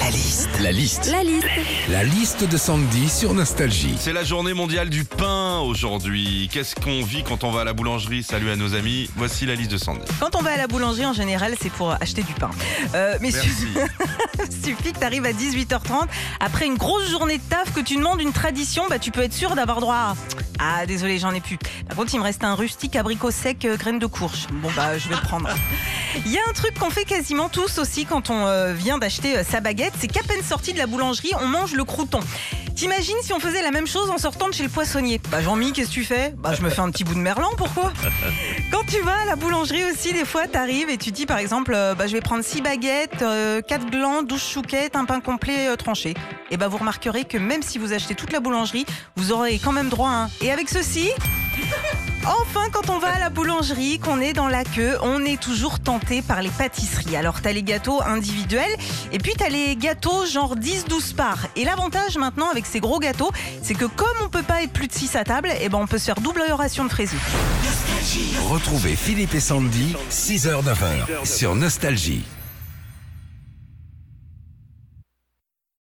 La liste. La liste. La liste. La liste de Sandy sur Nostalgie. C'est la journée mondiale du pain aujourd'hui. Qu'est-ce qu'on vit quand on va à la boulangerie? Salut à nos amis. Voici la liste de Sandy. Quand on va à la boulangerie, en général, c'est pour acheter du pain. Mais Merci. suffit que tu arrives à 18h30, après une grosse journée de taf, que tu demandes une tradition, tu peux être sûr d'avoir droit à... Ah, désolé, j'en ai plus. Par contre, il me reste un rustique abricot sec, graines de courge. Bon, je vais le prendre. Il y a un truc qu'on fait quasiment tous aussi quand on vient d'acheter sa baguette, c'est qu'à peine sorti de la boulangerie, on mange le crouton. T'imagines si on faisait la même chose en sortant de chez le poissonnier? Jean-Mi, qu'est-ce que tu fais? Je me fais un petit bout de merlan, pourquoi? Quand tu vas à la boulangerie aussi, des fois, t'arrives et tu dis par exemple, je vais prendre 6 baguettes, 4 glands, 12 chouquettes, un pain complet tranché. Et vous remarquerez que même si vous achetez toute la boulangerie, vous aurez quand même droit à un. Et avec ceci... Enfin, quand on va à la boulangerie, qu'on est dans la queue, on est toujours tenté par les pâtisseries. Alors, t'as les gâteaux individuels et puis t'as les gâteaux genre 10-12 parts. Et l'avantage maintenant avec ces gros gâteaux, c'est que comme on peut pas être plus de 6 à table, on peut se faire double ration de fraisier. Retrouvez Philippe et Sandy, 6h-9h sur Nostalgie.